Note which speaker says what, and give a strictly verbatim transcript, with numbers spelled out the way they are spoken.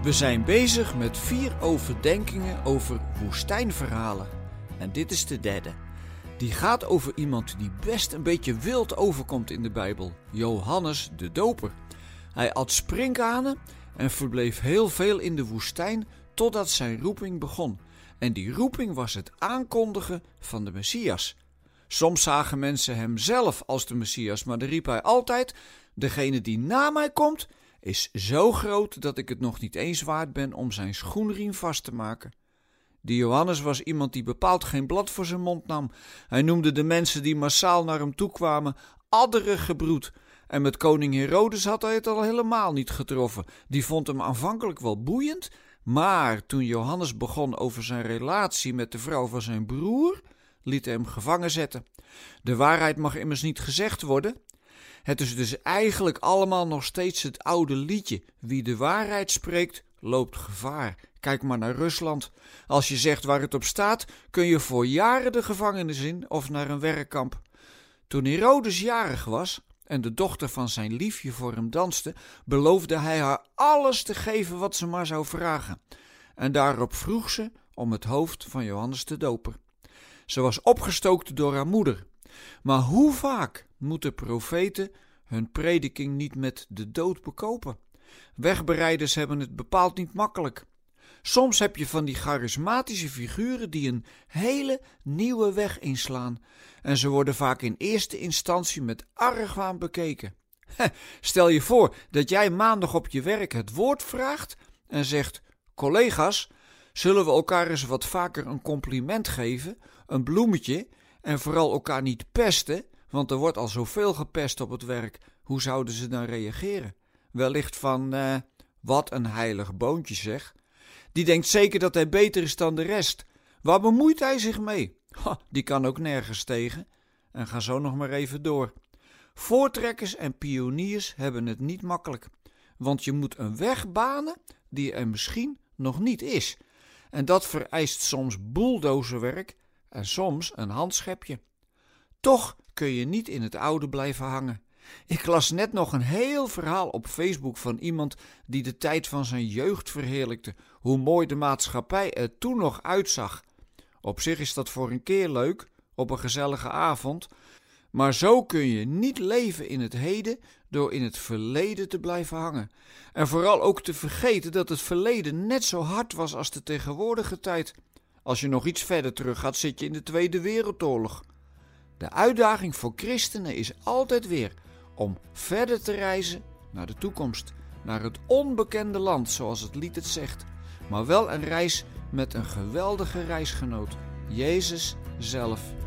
Speaker 1: We zijn bezig met vier overdenkingen over woestijnverhalen. En dit is de derde. Die gaat over iemand die best een beetje wild overkomt in de Bijbel. Johannes de Doper. Hij at sprinkhanen en verbleef heel veel in de woestijn totdat zijn roeping begon. En die roeping was het aankondigen van de Messias. Soms zagen mensen hem zelf als de Messias, maar dan riep hij altijd: degene die na mij komt, is zo groot dat ik het nog niet eens waard ben om zijn schoenriem vast te maken. Die Johannes was iemand die bepaald geen blad voor zijn mond nam. Hij noemde de mensen die massaal naar hem toe kwamen adderengebroed. En met koning Herodes had hij het al helemaal niet getroffen. Die vond hem aanvankelijk wel boeiend, maar toen Johannes begon over zijn relatie met de vrouw van zijn broer, liet hij hem gevangen zetten. De waarheid mag immers niet gezegd worden. Het is dus eigenlijk allemaal nog steeds het oude liedje. Wie de waarheid spreekt, loopt gevaar. Kijk maar naar Rusland. Als je zegt waar het op staat, kun je voor jaren de gevangenis in of naar een werkkamp. Toen Herodes jarig was en de dochter van zijn liefje voor hem danste, beloofde hij haar alles te geven wat ze maar zou vragen. En daarop vroeg ze om het hoofd van Johannes de Doper. Ze was opgestookt door haar moeder. Maar hoe vaak moeten profeten hun prediking niet met de dood bekopen? Wegbereiders hebben het bepaald niet makkelijk. Soms heb je van die charismatische figuren die een hele nieuwe weg inslaan. En ze worden vaak in eerste instantie met argwaan bekeken. Stel je voor dat jij maandag op je werk het woord vraagt en zegt: collega's, zullen we elkaar eens wat vaker een compliment geven, een bloemetje, en vooral elkaar niet pesten, want er wordt al zoveel gepest op het werk. Hoe zouden ze dan reageren? Wellicht van, uh, wat een heilig boontje zeg. Die denkt zeker dat hij beter is dan de rest. Waar bemoeit hij zich mee? Ha, die kan ook nergens tegen. En ga zo nog maar even door. Voortrekkers en pioniers hebben het niet makkelijk. Want je moet een weg banen die er misschien nog niet is. En dat vereist soms bulldozerwerk en soms een handschepje. Toch kun je niet in het oude blijven hangen. Ik las net nog een heel verhaal op Facebook van iemand die de tijd van zijn jeugd verheerlijkte. Hoe mooi de maatschappij er toen nog uitzag. Op zich is dat voor een keer leuk, op een gezellige avond. Maar zo kun je niet leven in het heden door in het verleden te blijven hangen. En vooral ook te vergeten dat het verleden net zo hard was als de tegenwoordige tijd. Als je nog iets verder terug gaat, zit je in de Tweede Wereldoorlog. De uitdaging voor christenen is altijd weer om verder te reizen naar de toekomst, naar het onbekende land, zoals het lied het zegt. Maar wel een reis met een geweldige reisgenoot, Jezus zelf.